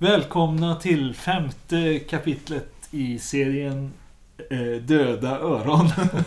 Välkomna till 5:e kapitlet i serien Döda öron.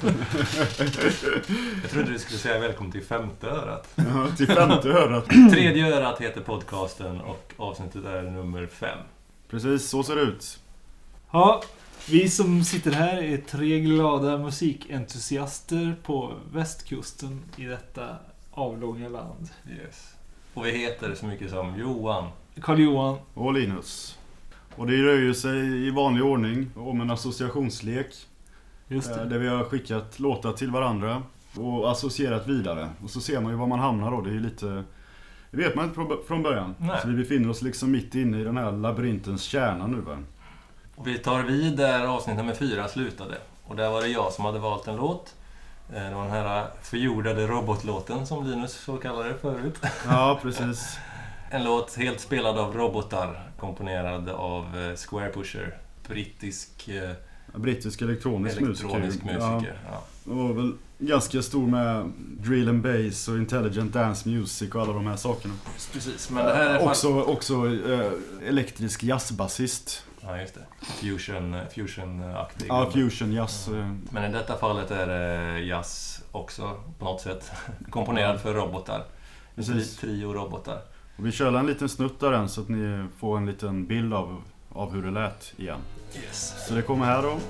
Jag trodde du skulle säga välkommen till 5:e örat. Ja, till 5:e örat. 3:e örat heter podcasten och avsnittet är nummer 5. Precis, så ser det ut. Ja, vi som sitter här är 3 glada musikentusiaster på västkusten i detta avlånga land. Yes. Och vi heter så mycket som Johan, Carl-Johan och Linus. Och det rör ju sig i vanlig ordning om en associationslek. Just det. Där vi har skickat låtar till varandra och associerat vidare. Och så ser man ju var man hamnar då. Det är ju lite... Det vet man inte från början. Nej. Så vi befinner oss liksom mitt inne i den här labyrintens kärna nu, va? och vi tar vid där avsnitt nummer 4 slutade. Och där var det jag som hade valt en låt. Det var den här förjordade robotlåten som Linus så kallade det förut. Ja, precis. En låt helt spelad av robotar, komponerad av Square Pusher, brittisk Elektronisk musiker. Ja. Och var väl ganska stor med drill and bass och intelligent dance music och alla de här sakerna. Precis, men det här är också elektrisk jazzbasist. Ja, just det. Fusion-aktig. Ja, fusion jazz. Men i detta fallet är det jazz också på något sätt. Komponerad för robotar. Precis. Trio robotar. Och vi kör en liten snutt där än så att ni får en liten bild av hur det lät igen. Yes. Så det kommer här då.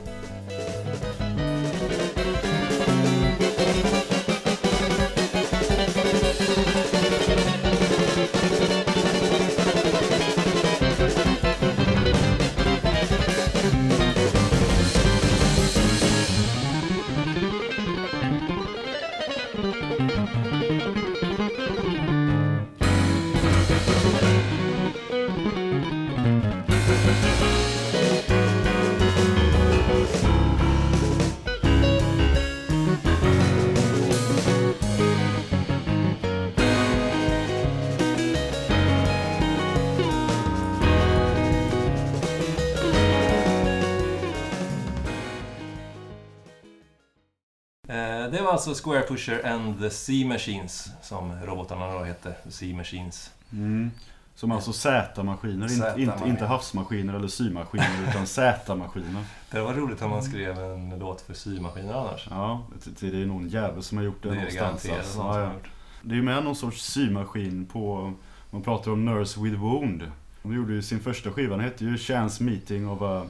Det var alltså Square Pusher and the Sea Machines som robotarna då hette. Sea Machines. Som alltså Z-maskiner, inte havsmaskiner eller symaskiner utan Z-maskiner. Det var roligt om man skrev en låt för symaskiner annars. Ja, det är någon jävel som har gjort det någonstans. Alltså. Ja. Det är ju med någon sorts symaskin på, man pratar om Nurse with Wound. De gjorde ju sin första skiva, den hette ju Chance Meeting of a...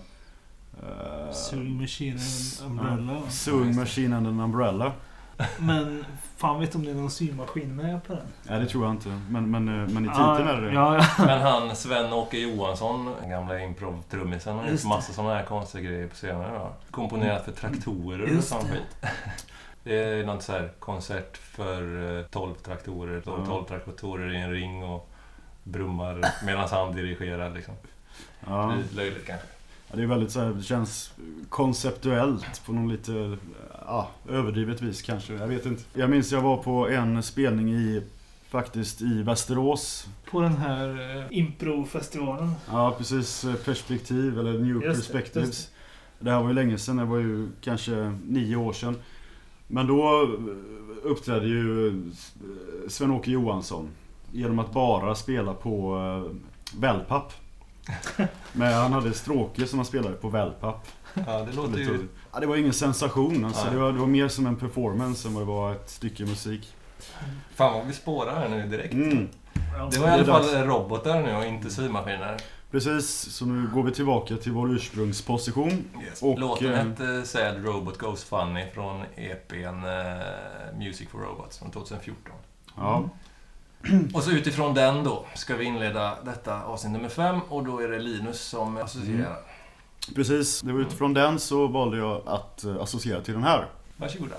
Sewing Machine and Umbrella. Sewing Machine and an Umbrella. Men fan vet om det är någon symaskin med på den? Nej, det tror jag inte. Men i titeln är det. Ja. Men han, Sven-Åke Johansson, den gamla improv-trummisen, har gjort massa sådana här konstiga grejer på scenen. Ja. Komponerat för traktorer och sånt skit. Det är något så här koncert för 12 traktorer. 12 traktorer i en ring och brummar medan han dirigerar liksom. Ja. Det är löjligt kanske. Ja, det är väldigt så här, det känns konceptuellt på någon lite överdrivet vis kanske, jag vet inte. Jag minns jag var på en spelning i Västerås. På den här improfestivalen. Ja, precis, Perspektiv eller New Perspectives. Det här var ju länge sedan, det var ju kanske 9 år sedan. Men då uppträdde ju Sven-Åke Johansson genom att bara spela på wellpapp. Men han hade stråke som han spelade på wellpapp. Ja, det låter ju... Ja, det var ingen sensation alltså. Det var mer som en performance än vad det var ett stycke musik. Fan vad vi spårar här nu direkt. Det var i Det alla fall dags. robotar nu och inte symaskiner. Precis, så nu går vi tillbaka till vår ursprungsposition. Yes. Och, Låten hette Sad Robot Goes Funny från EP:n Music for Robots från 2014. Ja. Och så utifrån den då ska vi inleda detta avsnitt nummer 5 och då är det Linus som associerar. Precis, det var utifrån den så valde jag att associera till den här. Varsågoda.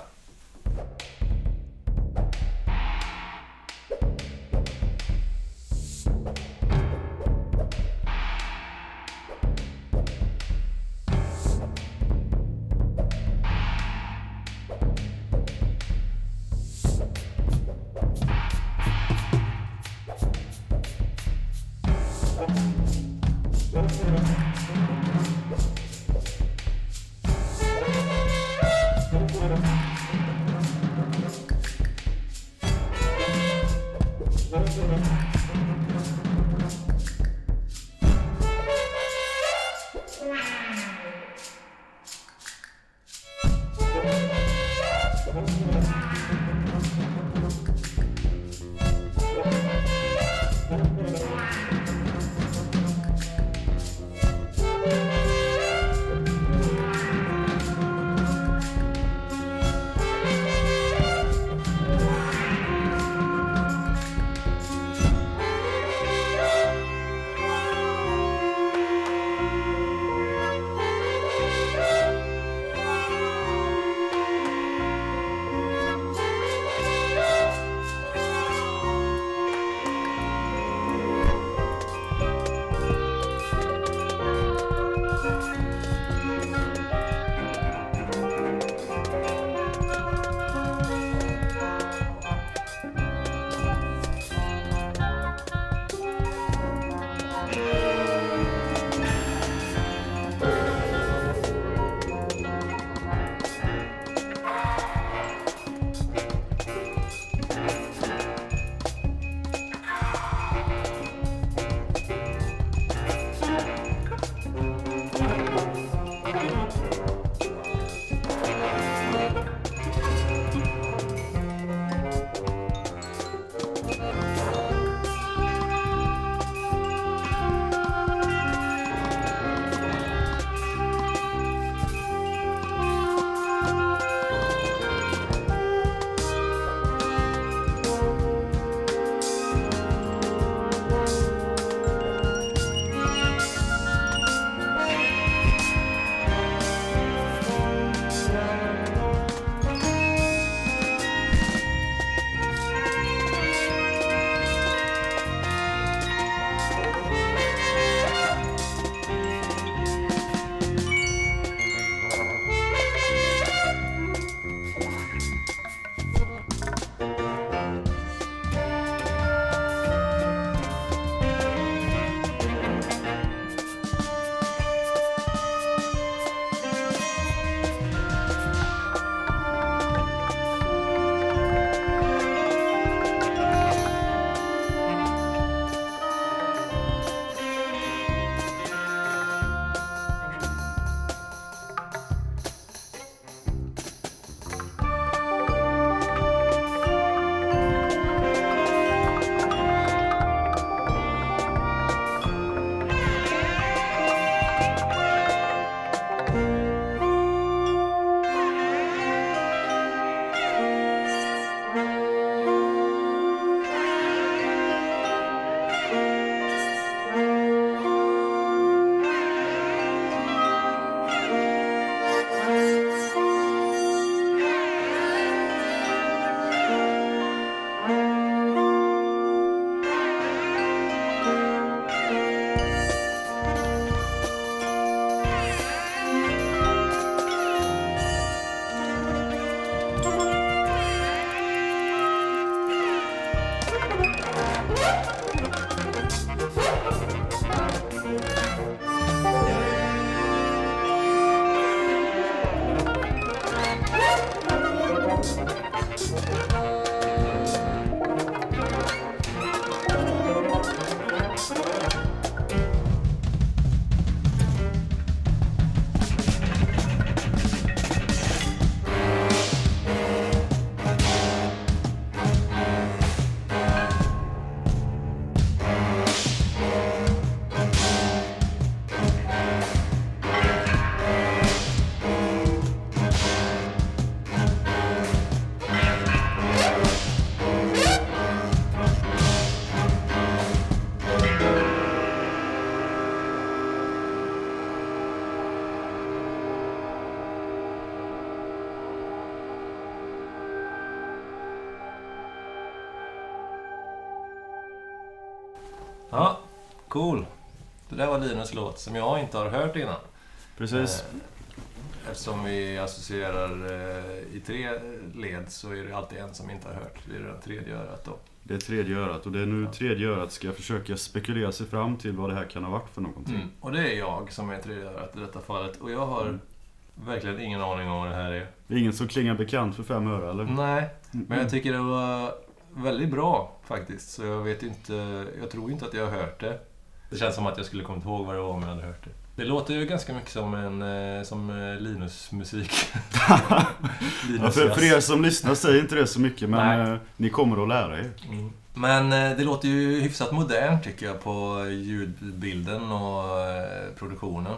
Ja, cool. Det där var Linus låt som jag inte har hört innan. Precis. Eftersom vi associerar i 3 led så är det alltid en som inte har hört. Det är det tredje örat då. Det är tredje örat och det är nu tredje örat ska försöka spekulera sig fram till vad det här kan ha varit för någonting. Och det är jag som är tredje örat i detta fallet. Och jag har verkligen ingen aning om vad det här är. Det är ingen som klingar bekant för 5 öre, eller? Nej, men jag tycker det var väldigt bra faktiskt. Så jag vet inte, jag tror inte att jag har hört det. Det känns som att jag skulle komma ihåg vad det var om jag hade hört det. Det låter ju ganska mycket som Linus-musik. Ja, för er som lyssnar säger inte det så mycket, men ni kommer att lära er. Men det låter ju hyfsat modernt tycker jag på ljudbilden och produktionen.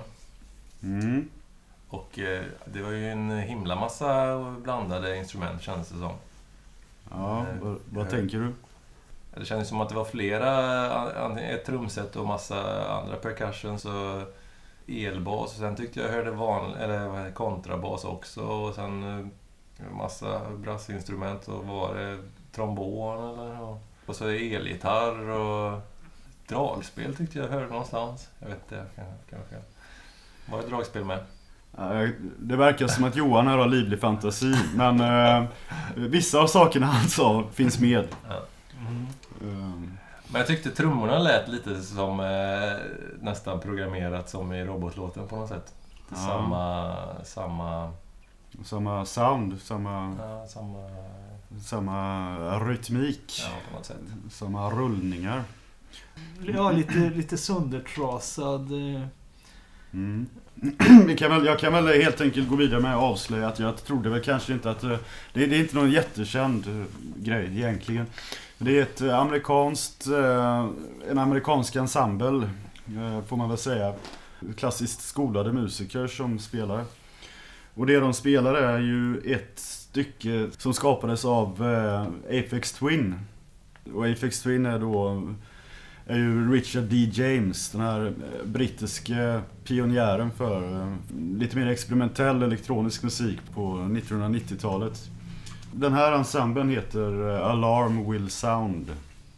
Och det var ju en himla massa blandade instrument känns det som. Ja, vad tänker du? Det kändes som att det var flera, ett trumset och massa andra percussions och elbas. Och sen tyckte jag hörde kontrabas också. Och sen massa brassinstrument och var det trombon eller? Och så elgitarr och dragspel tyckte jag hörde någonstans. Jag vet inte, kanske. Var det dragspel med? Det verkar som att Johan har livlig fantasi, men vissa av sakerna han sa finns med. Ja. Men jag tyckte trummorna lät lite som nästan programmerat som i robotlåten på något sätt. Samma sound, samma rytmik, på något sätt. Samma rullningar. Ja, lite söndertrasad. Jag kan väl helt enkelt gå vidare med att avslöja att jag trodde väl kanske inte att det är inte någon jättekänd grej egentligen. Det är en amerikansk ensemble får man väl säga. Klassiskt skolade musiker som spelar. Och det de spelar är ju ett stycke som skapades av Aphex Twin. Och Aphex Twin är ju Richard D. James, den här brittiska pionjären för lite mer experimentell elektronisk musik på 1990-talet. Den här ensemblen heter Alarm Will Sound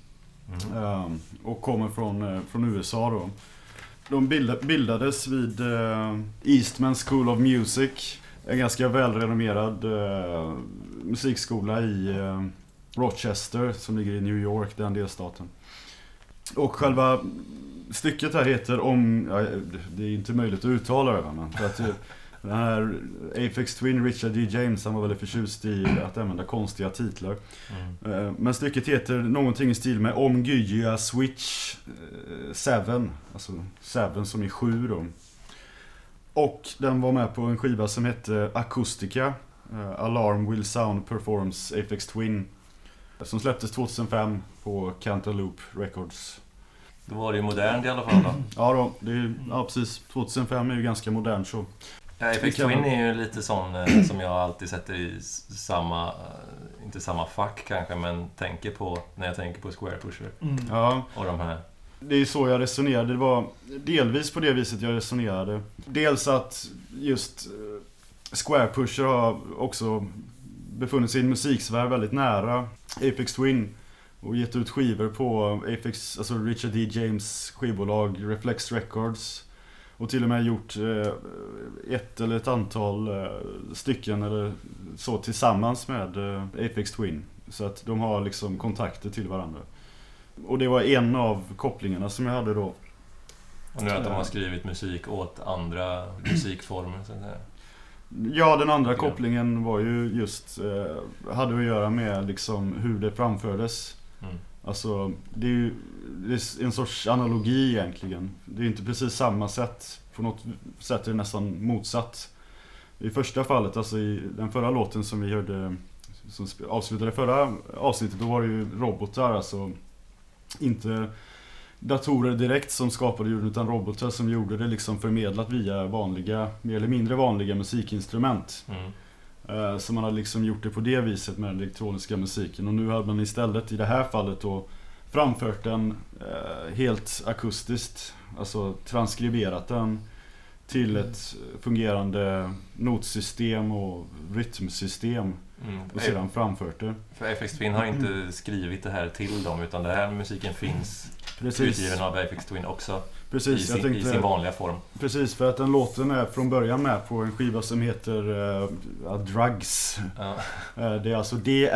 och kommer från USA då. De bildades vid Eastman School of Music, en ganska välrenommerad musikskola i Rochester som ligger i New York, den delstaten. Och själva stycket här heter det är inte möjligt att uttala det, men för att den här Aphex Twin, Richard D. James, han var väldigt förtjust i att använda konstiga titlar. Men stycket heter någonting i stil med Om Gyja Switch 7, alltså 7 som är 7 då. Och den var med på en skiva som hette Acoustica, Alarm Will Sound Performs Aphex Twin, som släpptes 2005 på Cantaloupe Records. Då var det ju modernt i alla fall då. Ja, precis. 2005 är ju ganska modernt så. Aphex Twin är ju lite sån som jag alltid sätter i inte samma fack kanske, men tänker på när jag tänker på Square Pusher. Ja. Och de här. Det är så jag resonerade. Det var delvis på det viset jag resonerade. Dels att just Square Pusher har också befunnit sig i en musiksfär väldigt nära Aphex Twin och gett ut skivor på alltså Richard D. James skivbolag Reflex Records, och till och med gjort ett eller ett antal stycken eller så tillsammans med Aphex Twin, så att de har liksom kontakter till varandra. Och det var en av kopplingarna som jag hade då. Och nu att de har skrivit musik åt andra musikformer så att säga. Ja, den andra kopplingen var ju just hade att göra med liksom hur det framfördes. Alltså det är en sorts analogi egentligen. Det är inte precis samma sätt. På något sätt är det nästan motsatt. I första fallet, alltså i den förra låten som vi hörde, som avslutade förra avsnittet, då var det ju robotar, alltså inte datorer direkt som skapade ljud, utan robotar som gjorde det liksom förmedlat via vanliga, mer eller mindre vanliga musikinstrument. Så man hade liksom gjort det på det viset med den elektroniska musiken. Och nu hade man istället i det här fallet då framfört den helt akustiskt, alltså transkriberat den till ett fungerande notsystem och rytmsystem och sedan framfört det. För Aphex Twin har inte skrivit det här till dem, utan det här musiken finns utgiven av Aphex Twin också. Precis, i sin vanliga form. Precis, för att den låten är från början med på en skiva som heter Drugs. Ja. Det är alltså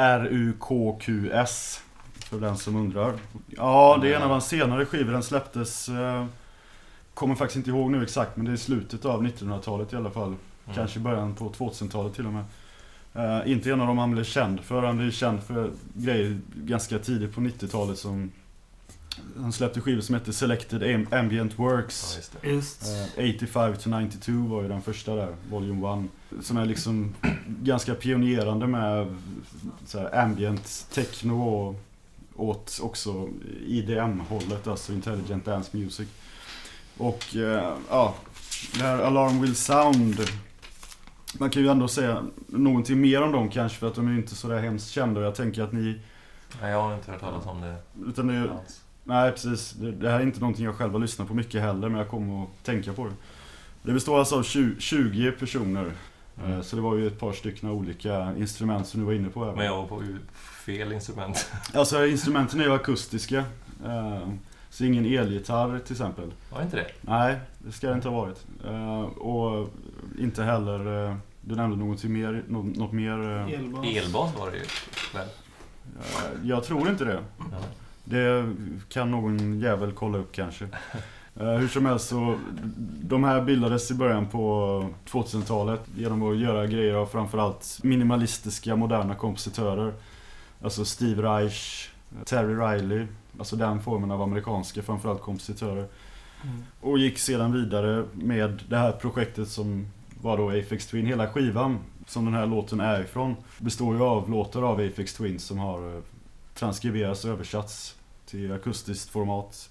DRUKQS, för den som undrar. Ja, det är en av hans senare skivor. Den släpptes, kommer faktiskt inte ihåg nu exakt, men det är slutet av 1900-talet i alla fall. Kanske början på 2000-talet till och med. Inte en av dem han blev känd för. Han blev känd för grejer ganska tidigt på 90-talet som... Han släppte skivor som heter Selected Ambient Works. Ja, just. 85 to 92 var ju den första där, Volume 1. Som är liksom ganska pionjerande med så här ambient techno och åt också IDM-hållet, alltså Intelligent Dance Music. Och ja, det här Alarm Will Sound, man kan ju ändå säga någonting mer om dem kanske, för att de är inte så där hemskt kända. Jag tänker att ni... Nej, jag har inte hört talas om det. Utan det, nej, precis. Det här är inte någonting jag själv har lyssnat på mycket heller, men jag kommer att tänka på det. Det består alltså av 20 personer. Så det var ju ett par stycken olika instrument som du var inne på här. Men jag var på fel instrument. Alltså instrumenten är ju akustiska. Så ingen elgitarr till exempel. Var inte det? Nej, det ska det inte ha varit. Och inte heller, du nämnde något mer... Elbas var det ju väl? Jag tror inte det. Ja. Det kan någon jävel kolla upp kanske. Hur som helst så, de här bildades i början på 2000-talet genom att göra grejer av framförallt minimalistiska moderna kompositörer. Alltså Steve Reich, Terry Riley, alltså den formen av amerikanska framförallt kompositörer. Och gick sedan vidare med det här projektet som var då Aphex Twin. Hela skivan som den här låten är ifrån består ju av låtar av Aphex Twin som har transkriberats och översatts till akustiskt format.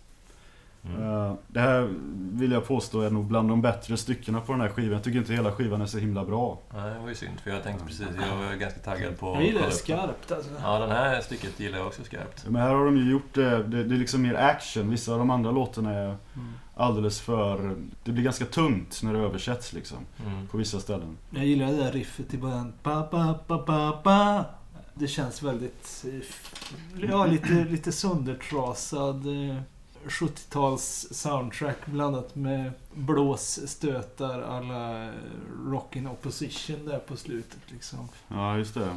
Det här vill jag påstå är nog bland de bättre styckena på den här skivan. Jag tycker inte hela skivan är så himla bra. Nej, det var ju synd, för jag tänkte precis, jag var ganska taggad på... Jag gillar det skarpt alltså. Ja, den här stycket gillar jag också skarpt. Men här har de ju gjort det är liksom mer action. Vissa av de andra låtarna är alldeles för... Det blir ganska tunt när det översätts liksom, på vissa ställen. Jag gillar det där riffet i början. Ba, ba, ba, ba, ba. Det känns väldigt... Ja, lite söndertrasad 70-tals soundtrack blandat med blåsstötar alla Rockin' Opposition där på slutet liksom. Ja, just det.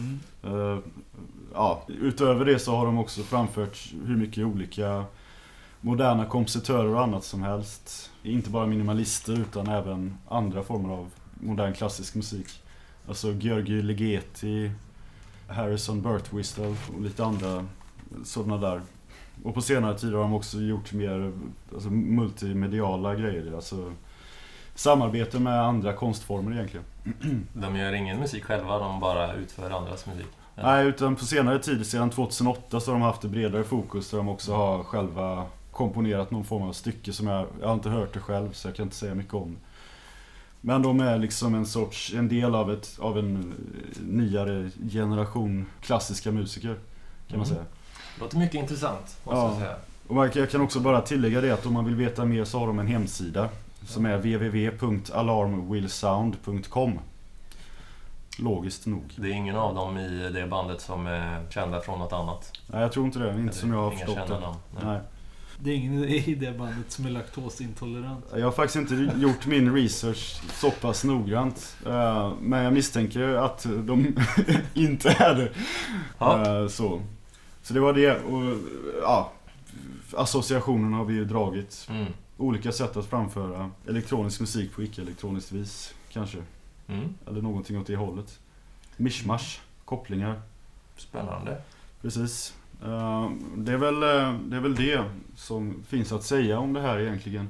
Ja, utöver det så har de också framfört hur mycket olika moderna kompositörer och annat som helst. Inte bara minimalister utan även andra former av modern klassisk musik. Alltså György Ligeti, Harrison Birtwistle och lite andra sådana där. Och på senare tid har de också gjort mer multimediala grejer. Alltså samarbete med andra konstformer egentligen. De gör ingen musik själva, de bara utför andras musik. Ja. Nej, utan på senare tid, sedan 2008, så har de haft ett bredare fokus där de också har själva komponerat någon form av stycke som jag har inte hört det själv, så jag kan inte säga mycket om det. Men de är liksom en del av en nyare generation klassiska musiker, kan man säga. Det låter mycket intressant, måste jag säga. Och jag kan också bara tillägga det att om man vill veta mer så har de en hemsida som är www.alarmwillsound.com. Logiskt nog. Det är ingen av dem i det bandet som är kända från något annat? Nej, jag tror inte det. Inte som jag har förstått det. Nej. Det är ingen i det bandet som är laktosintolerant. Jag har faktiskt inte gjort min research så pass noggrant. Men jag misstänker att de inte är det. Så det var det. Och, ja, associationen har vi ju dragit. Olika sätt att framföra elektronisk musik på icke-elektroniskt vis, kanske. Eller någonting åt det hållet. Mishmash, kopplingar. Spännande. Precis. Det är väl det som finns att säga om det här egentligen.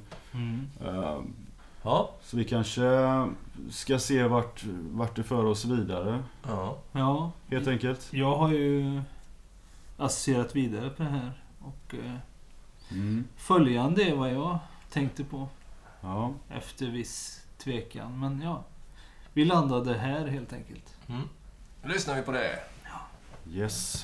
Så vi kanske ska se vart det för oss vidare. Ja. Helt enkelt. Jag har ju associerat vidare på det här. Och följande är vad jag tänkte på. Ja. Efter viss tvekan. Men ja, vi landade här helt enkelt. Lyssnar vi på det? Ja. Yes.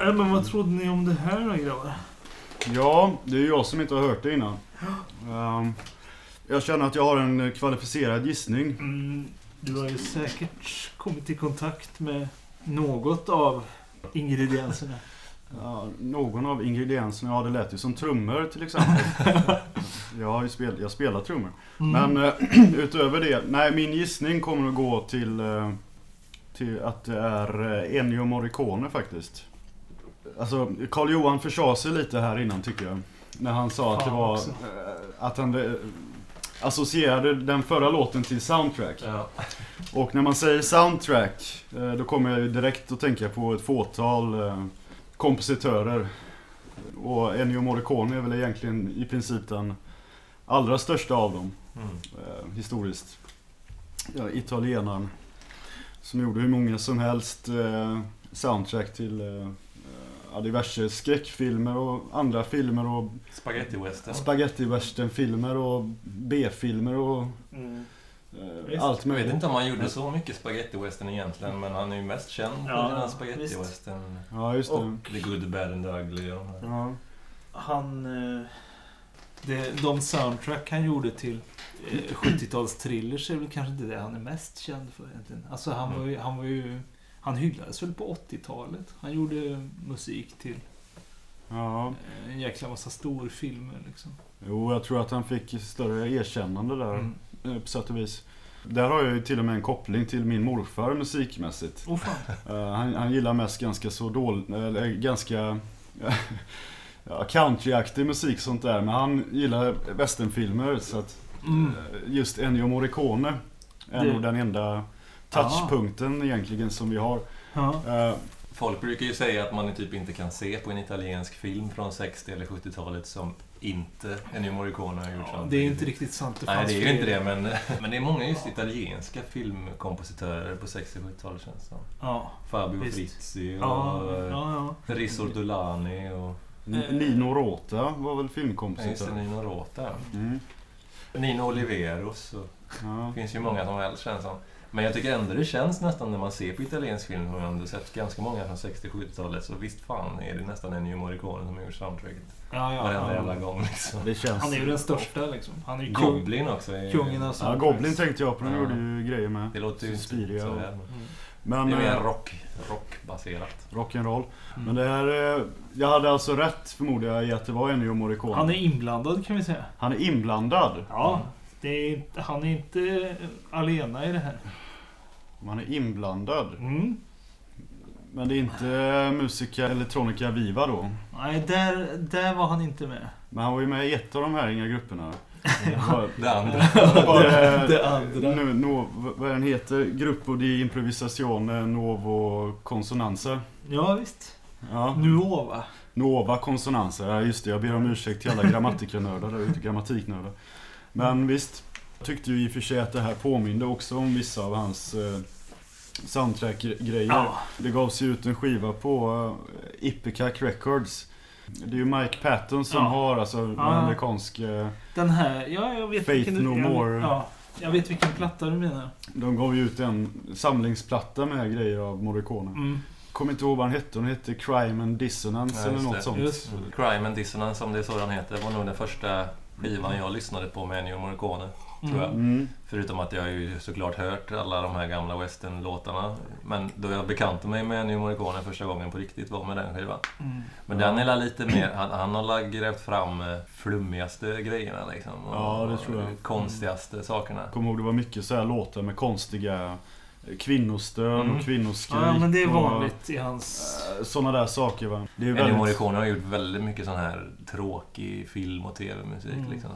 Men vad trodde ni om det här då, grabbar? Ja, det är jag som inte har hört det innan. Jag känner att jag har en kvalificerad gissning. Du har ju säkert kommit i kontakt med något av ingredienserna. Ja, någon av ingredienserna, ja det lät ju som trummor till exempel. Jag spelar trummor. Men utöver det, nej min gissning kommer att gå till att det är Ennio Morricone faktiskt. Alltså Carl-Johan försade sig lite här innan tycker jag. När han sa att det var att han associerade den förra låten till soundtrack. Ja. Och när man säger soundtrack då kommer jag ju direkt att tänka på ett fåtal kompositörer. Och Ennio Morricone är väl egentligen i princip den allra största av dem historiskt. Ja, italienaren som gjorde hur många som helst soundtrack till diverse skräckfilmer och andra filmer och spaghetti-western-filmer och B-filmer och allt möjligt. Jag vet inte om han gjorde så mycket spaghetti-western egentligen, men han är ju mest känd för sina spaghetti-western. Ja, just det. Och The Good, Bad and the Ugly. Ja. De soundtrack han gjorde till 70-tals thrillers är väl kanske inte det han är mest känd för egentligen. Alltså han hyllades väl på 80-talet. Han gjorde musik till en jäkla massa storfilmer liksom. Jo, jag tror att han fick större erkännande där på sätt och vis. Där har jag ju till och med en koppling till min morfar musikmässigt. Han gillar mest ganska så ganska countryaktig musik sånt där, men han gillar westernfilmer så att just Ennio Morricone är nog den enda touchpunkten egentligen som vi har. Folk brukar ju säga att man typ inte kan se på en italiensk film från 60- eller 70-talet som inte Ennio Morricone har gjort. Det är inte riktigt sant. Nej, det är ju inte det, men det är många just italienska filmkompositörer på 60-70-talet känns det. Fabio Frizzi och Riso Ortolani och Nino Rota var väl filmkompositör. Just det, Nino Rota. Nino Oliveros och finns ju många som väl känns som. Men jag tycker ändå det känns nästan när man ser på italiensk film, och jag har ändå sett ganska många från 60-70-talet, så visst fan är det nästan Ennio Morricone som har gjort soundtracket. Varenda jävla gång liksom. Det känns... Han är ju den största liksom. Han är ju Goblin också. Kungen av soundtracks. Goblin tänkte jag på, den gjorde ju grejer med. Det låter ju Spiria så här. Men det är mer rockbaserat. Rock'n'roll. Men det här, jag hade alltså rätt förmodar jag i att det var Ennio Morricone. Han är inblandad kan vi säga. Han är inblandad? Ja, han är inte alena i det här. Man är inblandad. Men det är inte Musica Electronica Viva då? Nej, där var han inte med. Men han var ju med i ett av de här inga grupperna. Det andra. Det andra. Vad den heter? Gruppo di Improvisazione Nuovo Consonanza. Ja, visst. Ja. Nuova Consonanza. Ja, just det. Jag ber om ursäkt till alla grammatikernördar där ute, grammatiknördar. Men visst, jag tyckte ju i och för sig att det här påminner också om vissa av hans soundtrack-grejer. Ja. Det gavs ju ut en skiva på Ipecac Records. Det är ju Mike Patton som har alltså amerikansk den här, jag vet Faith vilken No More. Jag vet vilken platta du menar. De gav ju ut en samlingsplatta med grejer av Morricone. Kommer inte ihåg vad den hette. Den hette Crime and Dissonance eller något sånt. Just. Crime and Dissonance, som det är så den heter, var nog den första skivan jag lyssnade på med Ennio Morricone, tror jag. Förutom att jag ju såklart hört alla de här gamla western-låtarna. Men då jag bekantade mig med Ennio Morricone första gången på riktigt var med den skivan. Men den är lite mer, han har grävt fram flummigaste grejerna liksom. Och det tror jag. Konstigaste sakerna. Kommer ihåg det var mycket så här låtar med konstiga kvinnostön och kvinnoskrik. Ja, men det är vanligt i hans... sådana där saker, va? Det är Ennio Morricone har gjort väldigt mycket sån här tråkig film- och tv-musik liksom.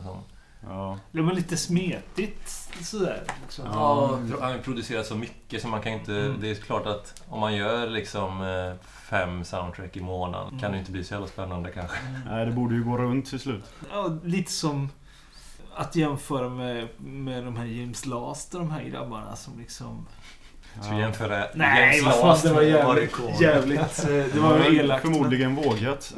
Det var lite smetigt sådär liksom. Han har producerat så mycket så man kan inte... Det är klart att om man gör liksom 5 soundtrack i månaden kan det inte bli så jävla spännande kanske. Nej, det borde ju gå runt till slut. Ja, lite som att jämföra med de här James Last och de här grabbarna som liksom... Så jämföra Nej, vad fan, det var jävligt det var elakt. Förmodligen vågat.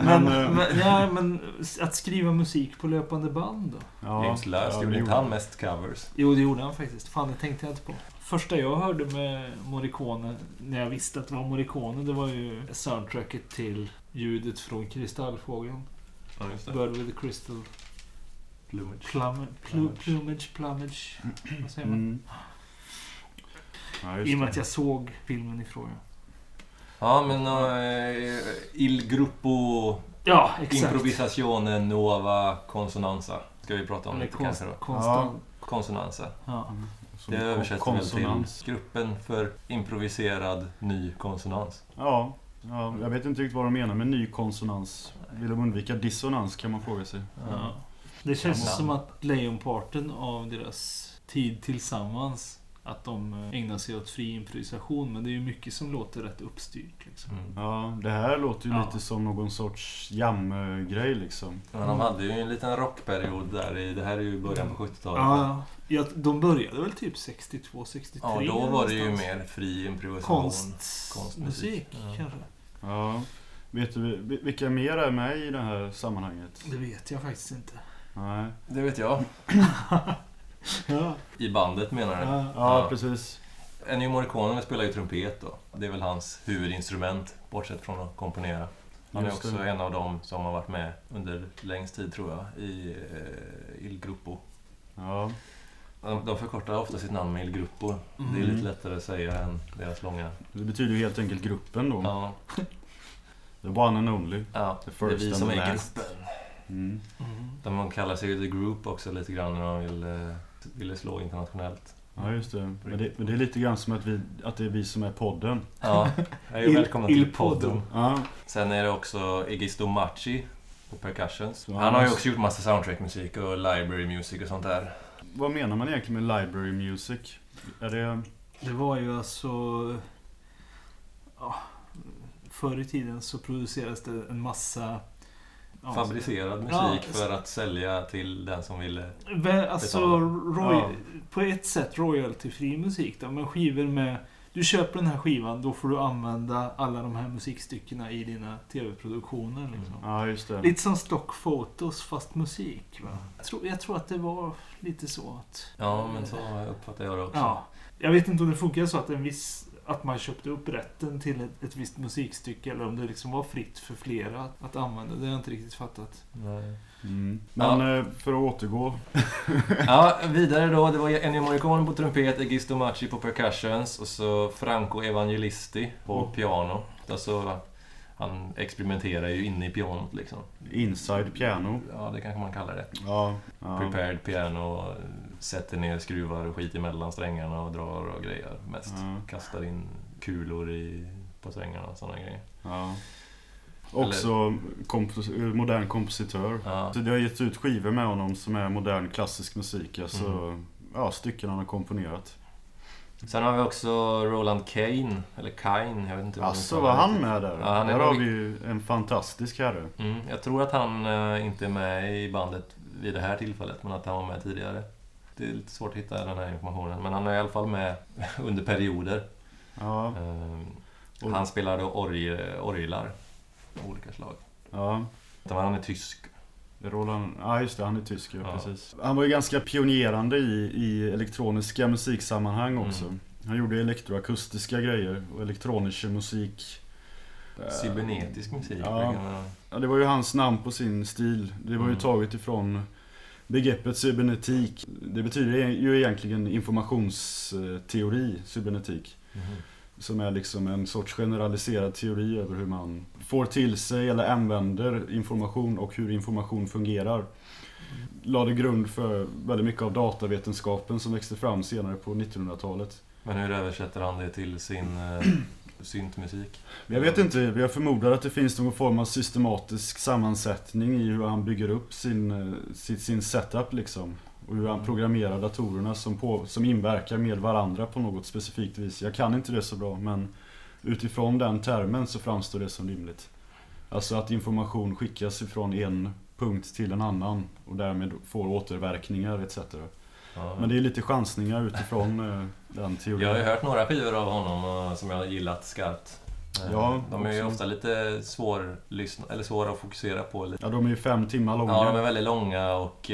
Men att skriva musik på löpande band då. James Last gjorde inte han mest covers. Jo, det gjorde han faktiskt. Fan, det tänkte jag inte på. Första jag hörde med Morricone, när jag visste att det var Morricone, det var ju soundtracket till ljudet från kristallfågeln. Ja, just det. Bird with the crystal plumage. Vad säger man? Ja, I och med att jag såg filmen i fråga. Ja, men Il Gruppo Improvisazione Nuova Consonanza ska vi prata om lite kanske då. Konsonanza. Ja. Det översätter väl till gruppen för improviserad ny konsonans. Ja, jag vet inte riktigt vad de menar med ny konsonans. Vill de undvika dissonans kan man fråga sig. Ja. Det känns som att lejonparten av deras tid tillsammans att de ägnar sig åt fri improvisation, men det är ju mycket som låter rätt uppstyrt liksom. Ja, det här låter ju lite som någon sorts jam-grej liksom. Men de hade ju en liten rockperiod där det här är ju början på 70-talet. Ja, de började väl typ 62, 63. Ja, då var det ju mer fri improvisation. Konstmusik kanske. Ja. Vet du vilka mer är med i det här sammanhanget? Det vet jag faktiskt inte. Nej. Det vet jag. Ja. I bandet menar du? Ja, precis. Ennio Morricone spelar ju trumpet då. Det är väl hans huvudinstrument, bortsett från att komponera. Han är också en av dem som har varit med under längst tid tror jag i Il Gruppo. Ja. De förkortar ofta sitt namn med Il Gruppo. Det är lite lättare att säga än deras långa. Det betyder ju helt enkelt gruppen då. Ja. The one and only. Ja, det är vi som är gruppen. De kallar sig ju The Group också lite grann när de ville slå internationellt. Ja, just det. Men det är lite grann som att det är vi som är podden. Ja, jag är välkomna till podden. Ja. Sen är det också Egisto Macci på percussions. Han har ju också gjort massa soundtrack-musik och library music och sånt där. Vad menar man egentligen med library music? Det var ju alltså... förr i tiden så producerades det en massa... fabricerad musik för att sälja till den som ville på ett sätt royalty-fri musik då, men skivor med du köper den här skivan, då får du använda alla de här musikstyckena i dina tv-produktioner liksom. Ja, just det. Lite som stockfotos fast musik va? Jag tror att det var lite så att... Ja, men så uppfattar jag det också. Ja. Jag vet inte om det funkar så att man köpte upp rätten till ett visst musikstycke eller om det liksom var fritt för flera att använda. Det har jag inte riktigt fattat. Nej. Men för att återgå. Ja, vidare då. Det var Ennio Morricone på trumpet, Egisto Macci på percussions och så Franco Evangelisti på piano. Alltså, han experimenterar ju inne i pianot liksom. Inside piano. Ja, det kanske man kallar det. Ja. Prepared piano, sätter ner skruvar och skit emellan strängarna och drar och grejer. Mest kastar in kulor på strängarna och sådana grejer. Ja. Också modern kompositör. Ja. Så det har gett ut skivor med honom som är modern klassisk musik. Alltså, stycken han har komponerat. Sen har vi också Roland Kane, eller Kine, jag vet inte. Alltså var han med där? Ja, där har vi ju en fantastisk herre. Jag tror att han inte är med i bandet vid det här tillfället, men att han var med tidigare. Det är lite svårt att hitta den här informationen, men han är i alla fall med under perioder. Ja. Han spelade orglar av olika slag. Ja. Han är tysk. Just det, han är tysk, ja. Precis. Han var ju ganska pionjerande i elektroniska musiksammanhang också. Han gjorde elektroakustiska grejer och elektronisk musik. Cybernetisk musik. Ja, det var ju hans namn på sin stil. Det var ju taget ifrån begreppet cybernetik. Det betyder ju egentligen informationsteori, cybernetik. Som är liksom en sorts generaliserad teori över hur man får till sig eller använder information och hur information fungerar. Lade grund för väldigt mycket av datavetenskapen som växte fram senare på 1900-talet. Men hur översätter han det till sin syntmusik? Jag vet inte, jag förmodar att det finns någon form av systematisk sammansättning i hur han bygger upp sin setup liksom. Och hur han programmerar datorerna som inverkar med varandra på något specifikt vis. Jag kan inte det så bra, men utifrån den termen så framstår det som rimligt. Alltså att information skickas ifrån en punkt till en annan och därmed får återverkningar etc. Ja. Men det är lite chansningar utifrån den teorin. Jag har ju hört några skivor av honom som jag har gillat skarpt. Ja, de är ju ofta lite svåra att fokusera på. Ja, de är ju 5 timmar långa. Ja, de är väldigt långa och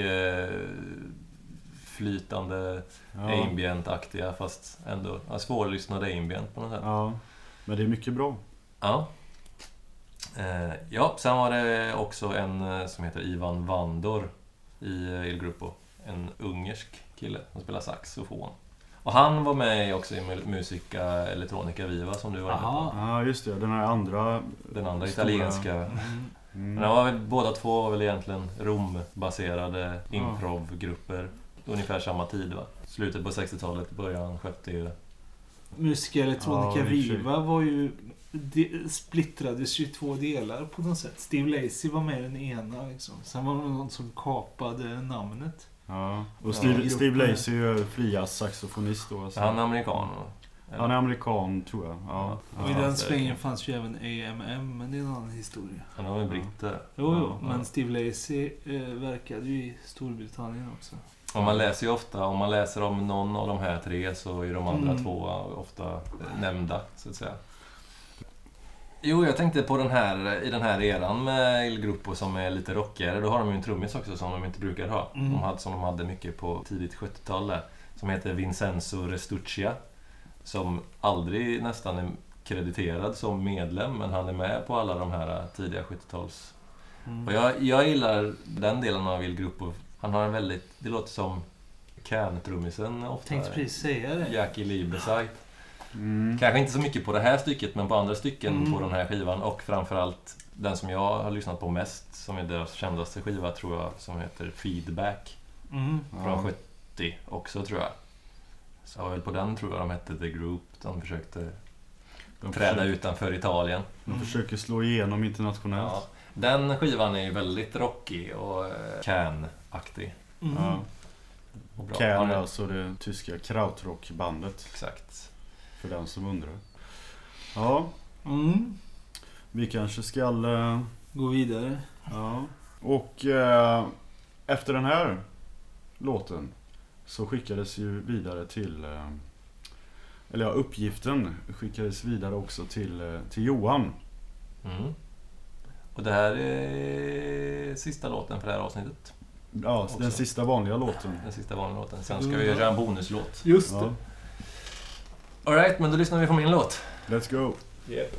flytande, ambient-aktiga, fast ändå svårlyssnade ambient på något sätt. Ja, men det är mycket bra. Ja. Ja, sen var det också en som heter Ivan Vandor i Il Gruppo. En ungersk kille som spelar saxofon. Och han var med också i Musica Electronica Viva som du var inne på. Ja, just det. Den andra stora... italienska. Men båda två var väl egentligen Rom-baserade improvgrupper. Ungefär samma tid, va? Slutet på 60-talet, början 70. Musica Electronica Viva var ju... splittrades ju i 2 delar på något sätt. Steve Lacy var med i den ena liksom. Sen var det någon som kapade namnet. Ja, och Steve Lacy är ju fria saxofonist då. Alltså. Han är amerikan. Eller? Han är amerikan, tror jag. Ja. Och i den svängen fanns ju även AMM, men det är en annan historia. Han var väl britter. Jo, men Steve Lacy verkade ju i Storbritannien också. Och man läser ju ofta, om man läser om någon av de här 3 så är de andra 2 ofta nämnda, så att säga. Jo, jag tänkte på i den här eran med Il Gruppo som är lite rockigare. Då har de ju en trummis också som de inte brukar ha. Som de hade mycket på tidigt 70-tal där, som heter Vincenzo Restuccia. Som aldrig nästan är krediterad som medlem, men han är med på alla de här tidiga 70-tals. Och jag gillar den delen av Il Gruppo. Han har en väldigt, det låter som Can-trummisen ofta. Tänkte precis säga det. Jackie Liebeseit. Kanske inte så mycket på det här stycket, men på andra stycken på den här skivan. Och framförallt den som jag har lyssnat på mest, som är deras kändaste skiva tror jag, som heter Feedback. Från 70 också tror jag. Så var väl på den tror jag de hette The Group. De försökte träda utanför Italien. De försöker slå igenom internationellt. Ja, den skivan är ju väldigt rockig och Can-aktig. Ja. Can är alltså det tyska krautrockbandet. Exakt. För den som undrar. Ja. Vi kanske ska gå vidare. Ja. Och efter den här låten så skickades ju vidare till uppgiften skickades vidare också till Johan. Och det här är sista låten för det här avsnittet. Ja, också. Den sista vanliga låten. Den sista vanliga låten. Sen ska vi göra en bonuslåt. Just det. All right, men då lyssnar vi på min låt. Let's go. Yeah.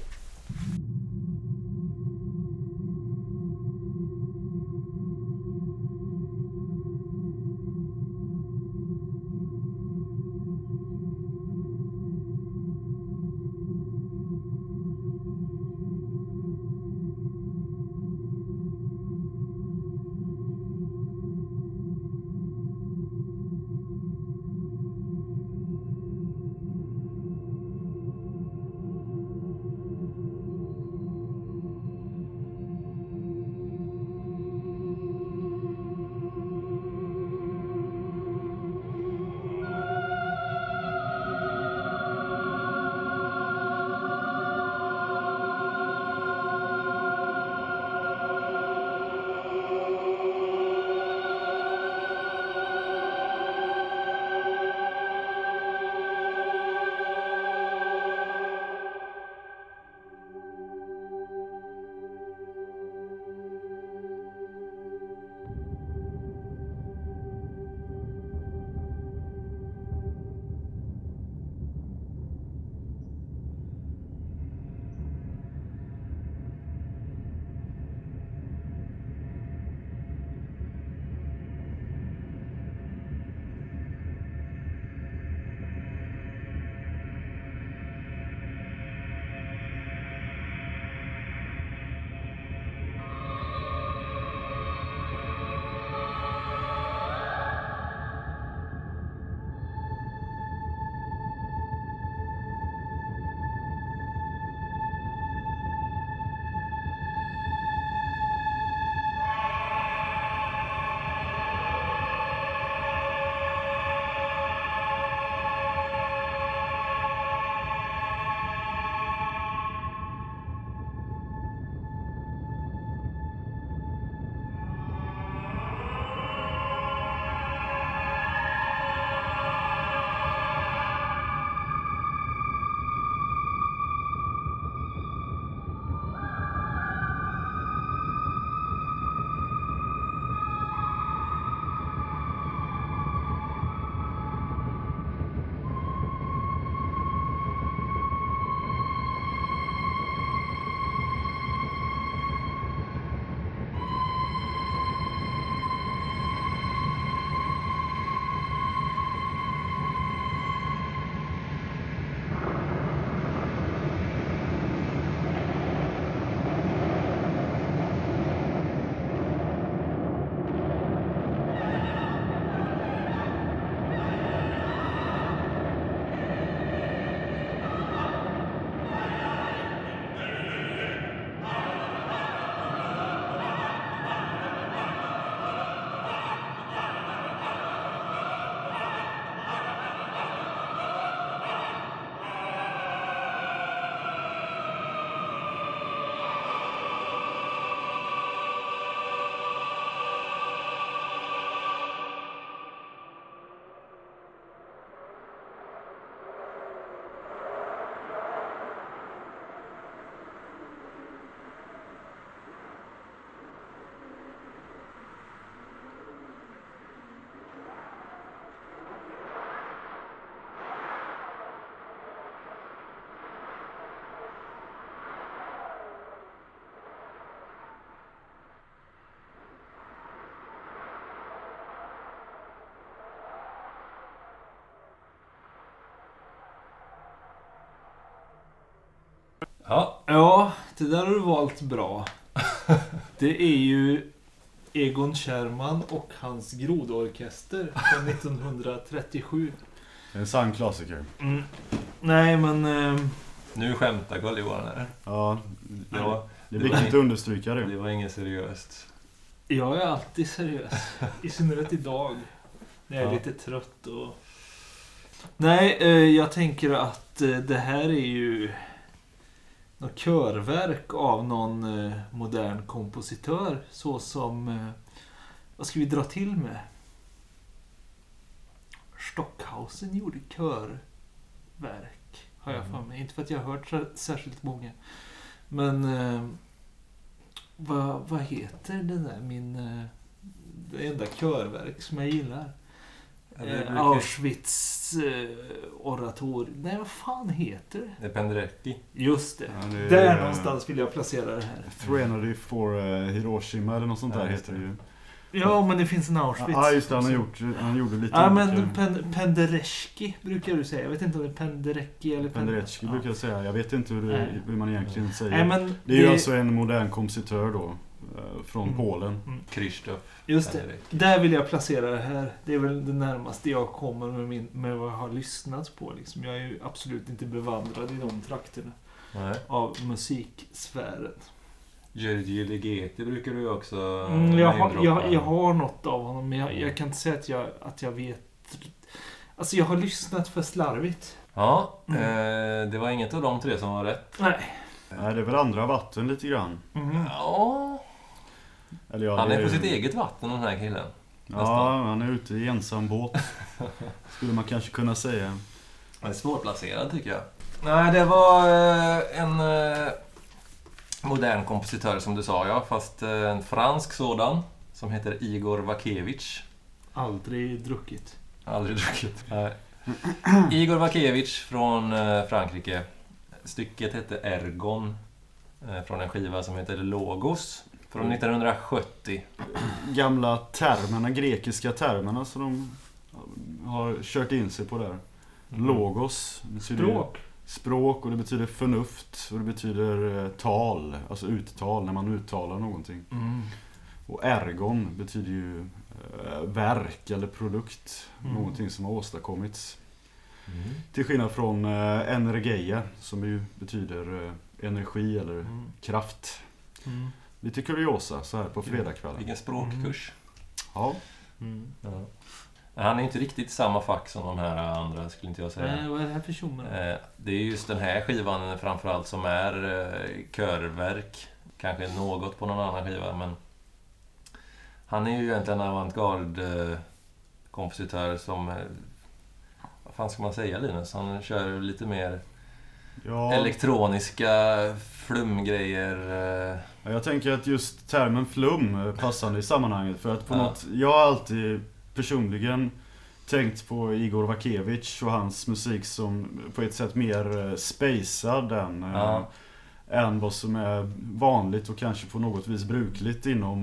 Ja, det där har du valt bra. Det är ju Egon Kjærman och hans grodorkester från 1937. Det är en sann klassiker. Nej, men... Nu skämtar Carl-Johan här. Ja, Ja, det är viktigt att understryka det. Det var inget seriöst. Jag är alltid seriös. I synnerhet idag. När jag är lite trött och... Nej, jag tänker att det här är ju något körverk av någon modern kompositör. Så som... Vad ska vi dra till med? Stockhausen gjorde körverk. Har jag för mig. Inte för att jag har hört särskilt många. Men... Vad heter det där? Det enda körverk som jag gillar. Auschwitz orator. Nej, vad fan heter det? Det är Penderecki. Just det. Ja, Där någonstans vill jag placera det här. Threnody for Hiroshima eller något sånt där heter det ju. Ja, men det finns en Auschwitz. Ja, just det. Han gjorde lite... Ja, men Penderecki brukar du säga. Jag vet inte om det är Penderecki eller Penderecki brukar jag säga. Jag vet inte hur man egentligen säger. Nej, men det är ju alltså en modern kompositör då. Från Polen. Krzysztof. Just det. Där vill jag placera det här. Det är väl det närmaste jag kommer med vad jag har lyssnat på. Liksom. Jag är ju absolut inte bevandrad i de trakterna. Nej. Av musiksfären. György Ligeti brukar du också... Jag har något av honom, men jag kan inte säga att jag vet... Alltså jag har lyssnat för slarvigt. Ja, det var inget av de tre som var rätt. Nej, det är väl andra vatten lite grann. Ja. Eller ja, han är på sitt eget vatten, den här killen. Ja, han är ute i ensam båt. Skulle man kanske kunna säga. Han är svårplacerad tycker jag. Nej, det var en modern kompositör som du sa, ja. Fast en fransk sådan. Som heter Igor Vackevich. aldrig druckit. Aldrig druckit. Nej. Igor Vackevich från Frankrike. Stycket hette Ergon. Från en skiva som heter Logos. Från 1970. Gamla termerna, grekiska termerna som de har kört in sig på där. Logos. Språk och det betyder förnuft och det betyder tal, alltså uttal när man uttalar någonting. Och ergon betyder ju verk eller produkt, någonting som har åstadkommits. Till skillnad från energeia som ju betyder energi eller kraft. Lite kuriosa så här på fredagskvällen. Vilken språkkurs. Ja. Ja. Han är inte riktigt samma fack som de här andra, skulle inte jag säga. Vad är det här för tjommar? Det är just den här skivan framförallt som är körverk. Kanske något på någon annan skiva, men han är ju egentligen en avantgarde-kompositör som... Vad fan ska man säga, Linus? Han kör lite mer elektroniska flumgrejer. Jag tänker att just termen flum är passande i sammanhanget. För att på något... Jag har alltid personligen tänkt på Igor Vackevich och hans musik som på ett sätt mer spacad än vad som är vanligt och kanske på något vis brukligt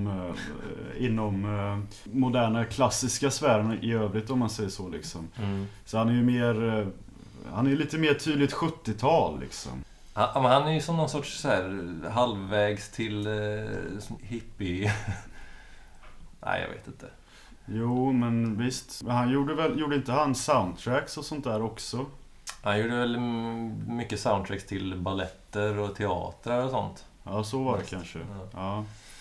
inom moderna klassiska sfären i övrigt, om man säger så liksom. Så han är ju mer han är lite mer tydligt 70-tal liksom. Ja, men han är ju som någon sorts så här halvvägs till hippie. Nej, jag vet inte. Jo, men visst. Han gjorde inte han soundtracks och sånt där också? Han gjorde väl mycket soundtracks till balletter och teatrar och sånt. Ja, så var det kanske. Ja.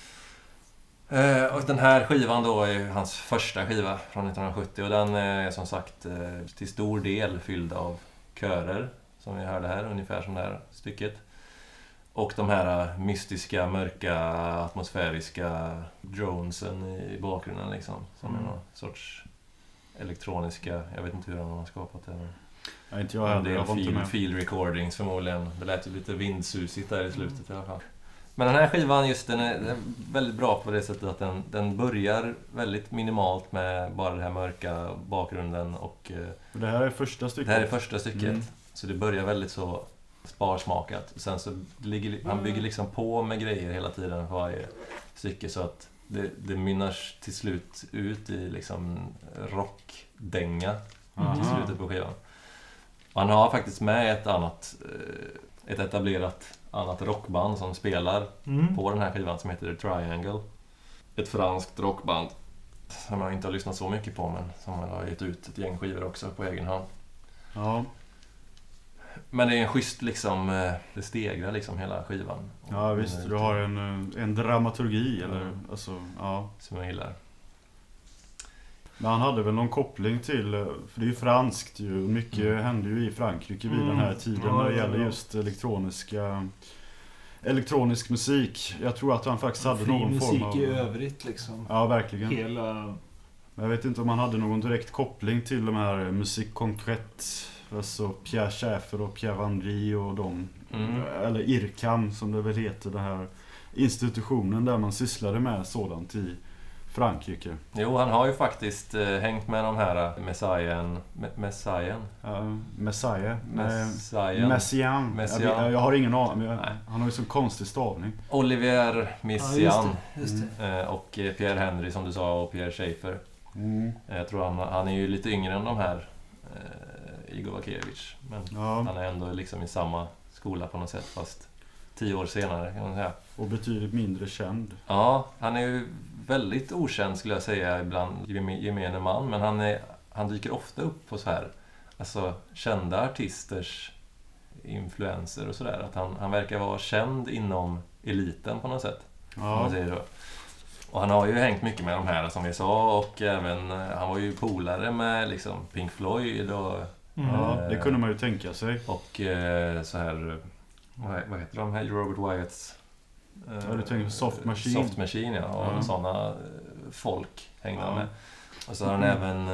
Och den här skivan då är hans första skiva från 1970. Och den är som sagt till stor del fylld av körer, som vi hörde här, ungefär som det här stycket. Och de här mystiska, mörka, atmosfäriska dronesen i bakgrunden liksom. Som är någon sorts elektroniska, jag vet inte hur de har skapat det. Ja, inte jag heller, jag var inte med. Field recordings förmodligen. Det lät ju lite vindsusigt där i slutet i alla fall. Men den här skivan just, den är väldigt bra på det sättet att den börjar väldigt minimalt med bara den här mörka bakgrunden. Och det här är första stycket. Det här är första stycket. Så det börjar väldigt så sparsmakat. Och sen så han bygger liksom på med grejer hela tiden på varje stycke så att det mynnar till slut ut i liksom rockdänga till slutet på skivan. Och han har faktiskt med ett etablerat annat rockband som spelar på den här skivan som heter The Triangle. Ett franskt rockband som jag inte har lyssnat så mycket på, men som har gett ut ett gäng skivor också på egen hand. Ja. Men det är en schysst liksom, det stegrar liksom hela skivan. Ja visst, du har en dramaturgi eller alltså, ja. Som jag gillar. Men han hade väl någon koppling till, för det är ju franskt ju, mycket hände ju i Frankrike vid den här tiden när det gäller just elektronisk musik. Jag tror att han faktiskt hade någon form av... musik i övrigt liksom. Ja, verkligen. Hela... Men jag vet inte om han hade någon direkt koppling till de här Musique Concrète, alltså Pierre Schaeffer och Pierre Vandry och de, eller IRCAM som det väl heter, den här institutionen där man sysslade med sådant i Frankrike. Jo, han har ju faktiskt hängt med de här Messiaen. Jag har ingen aning. Han har ju så konstig stavning. Olivier Messiaen. Just det. Och Pierre Henry som du sa och Pierre Schaeffer. Jag tror han är ju lite yngre än de här Igor Vakievich. Men han är ändå liksom i samma skola på något sätt, fast 10 år senare kan man säga. Och betydligt mindre känd. Ja, han är ju väldigt okänd skulle jag säga ibland gemene man, men han dyker ofta upp på så här, alltså kända artisters influenser och sådär, att han verkar vara känd inom eliten på något sätt. Om man säger så. Och han har ju hängt mycket med de här som vi sa, och även han var ju polare med liksom Pink Floyd och ja, det kunde man ju tänka sig. Och så här, vad heter de här, Robert Wyatts du tänker Soft Machine. Soft Machine, ja. Och sådana folk hängde han med. Och så har han även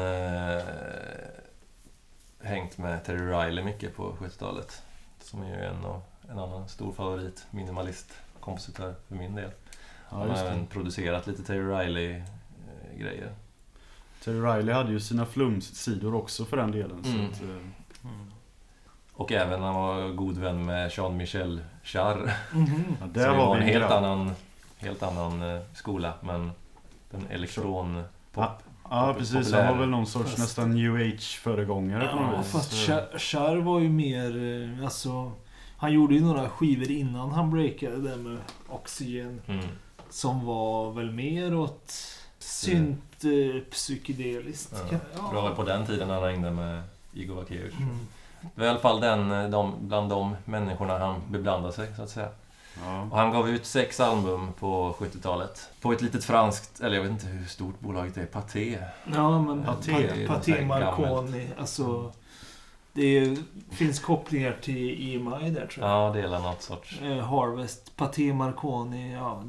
hängt med Terry Riley mycket på 70-talet. Som är ju en annan stor favorit, minimalist, kompositör för min del. Han har även producerat lite Terry Riley-grejer. Terry Riley hade ju sina flumsidor också för den delen. Så att, och även han var god vän med Jean-Michel Jarre. Ja, där som var var en helt annan skola, men den elektronpop. Ja, precis. Populär. Han var väl någon sorts nästan new age-föregångare på något vis. Fast Jarre var ju mer, alltså, han gjorde ju några skivor innan han breakade där med Oxygen. Som var väl mer åt synt psykedeliskt. Det var väl på den tiden han hängde med Igor Vakievich. Det var i alla fall bland de människorna han beblandade sig, så att säga. Ja. Och han gav ut 6 album på 70-talet. På ett litet franskt, eller jag vet inte hur stort bolaget är, Pathé. Ja, men Pathé Marconi. Alltså, det finns kopplingar till EMI där, tror jag. Ja, det är något sorts. Harvest, Pathé Marconi, ja.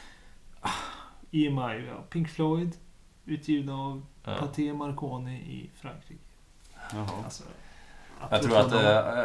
EMI, ja. Pink Floyd, utgivna av Pathé Marconi i Frankrike. Alltså, jag tror att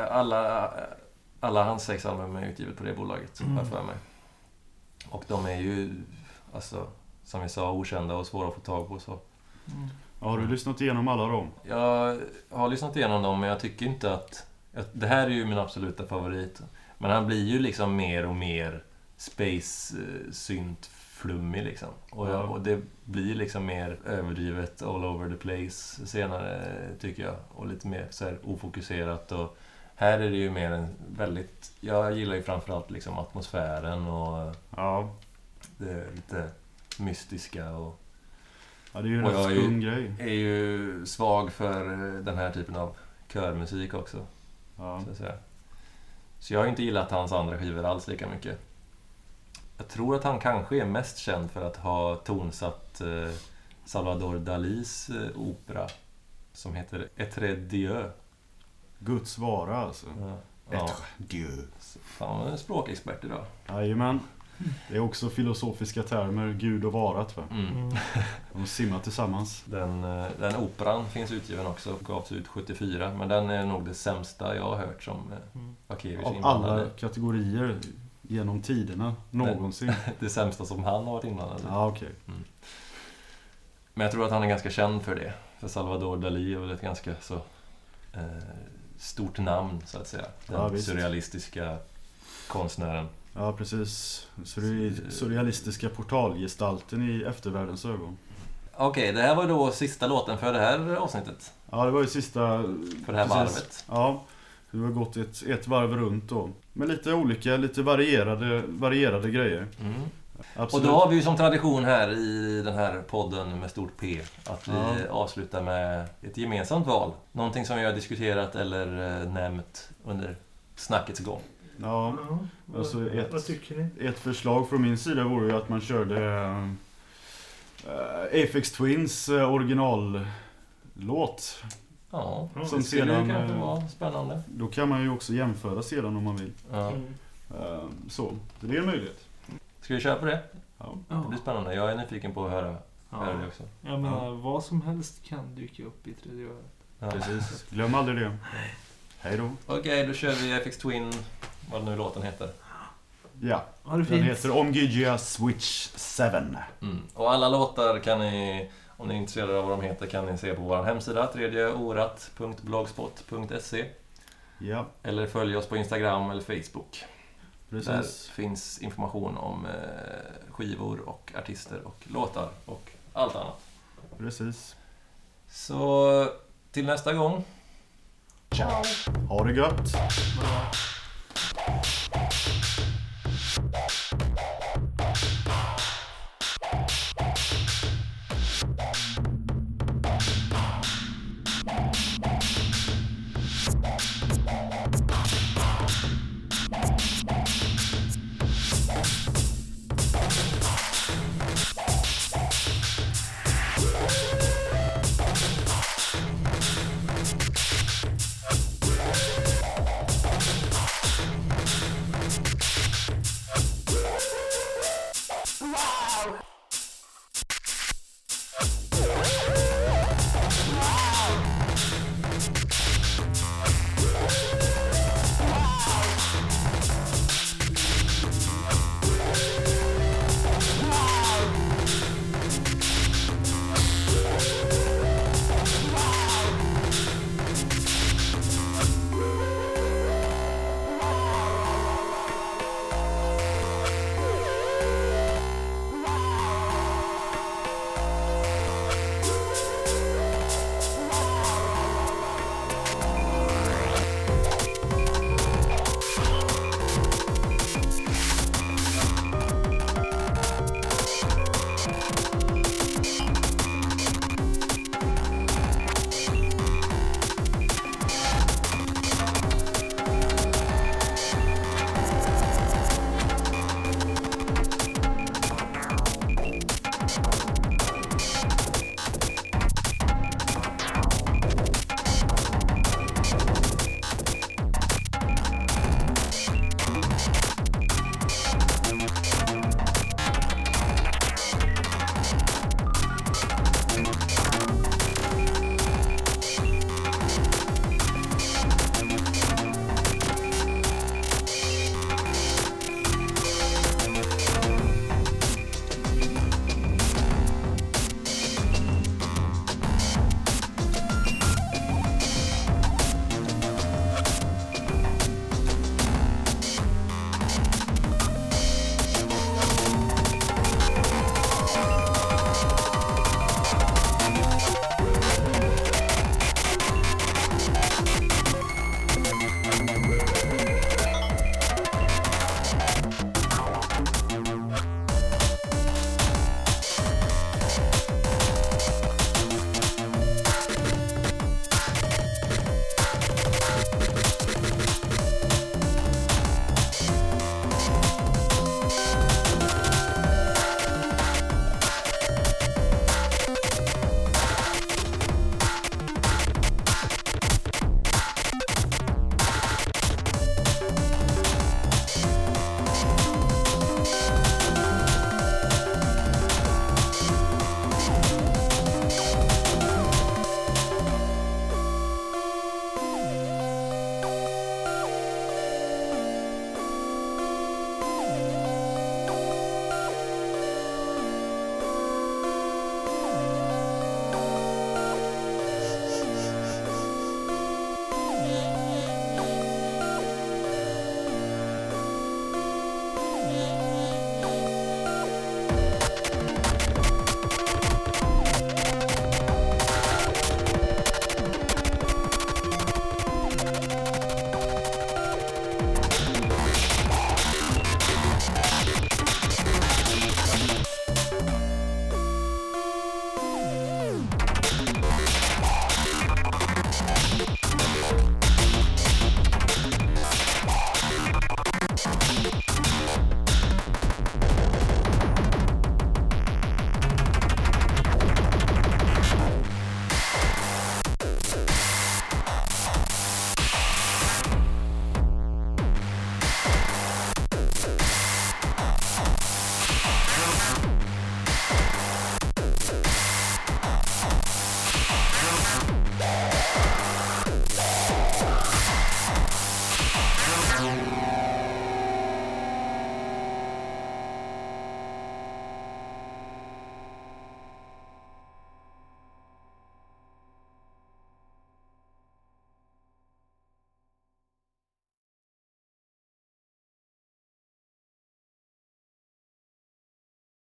alla hans 6 album är utgivet på det bolaget, för mig. Och de är ju, alltså, som vi sa, okända och svåra att få tag på. Så. Har du lyssnat igenom alla dem? Jag har lyssnat igenom dem, men jag tycker inte att det här är ju min absoluta favorit. Men han blir ju liksom mer och mer space-synt flummig liksom. Och det blir liksom mer överdrivet all over the place senare, tycker jag. Och lite mer så här ofokuserat. Och här är det ju mer en väldigt... Jag gillar ju framförallt liksom atmosfären och det lite mystiska. Och det är ju en rätt skum grej. Jag är ju svag för den här typen av körmusik också. Så att säga. Så jag har inte gillat hans andra skivor alls lika mycket. Jag tror att han kanske är mest känd för att ha tonsatt Salvador Dalis opera som heter Etre Dieu. Guds vara alltså. Etre Dieu. Fan, man är en språkexpert idag. Jajamän. Det är också filosofiska termer, Gud och varat, va? De simmar tillsammans. Den operan finns utgiven också, gavs ut 74, men den är nog det sämsta jag har hört som Vakievich inblandad. Av alla kategorier genom tiderna, någonsin. Det sämsta som han har varit inblandad. Ja, okej. Men jag tror att han är ganska känd för det. För Salvador Dalí är väl ett ganska så stort namn, så att säga. Den surrealistiska konstnären. Ja, precis. Surrealistiska portalgestalten i eftervärldens ögon. Okej, det här var då sista låten för det här avsnittet. Ja, det var ju sista... För det här varvet. Ja. Vi har gått ett varv runt då. Med lite olika, lite varierade grejer. Och då har vi ju som tradition här i den här podden med stort P att vi avslutar med ett gemensamt val. Någonting som vi har diskuterat eller nämnt under snackets gång. Ja, alltså vad tycker ni? Ett förslag från min sida vore ju att man körde Aphex Twins originallåt. Ja, som det skulle sedan, kanske vara spännande. Då kan man ju också jämföra sedan om man vill. Ja. Så det är möjligt. Ska vi köra på det? Ja. Det blir spännande. Jag är nyfiken på att höra det också. Jag menar, vad som helst kan dyka upp i tredje örat. Ja. Precis. Glöm aldrig det. Hej då. Okej, då kör vi FX Twin, vad nu låten heter. Ja, Den heter Omgygia Switch 7. Och alla låtar kan ni, om ni är intresserade av vad de heter, kan ni se på vår hemsida tredjeorat.blogspot.se. Ja. Eller följ oss på Instagram eller Facebook. Precis. Där finns information om skivor och artister och låtar och allt annat. Precis. Så till nästa gång. Ciao! Ha det gött!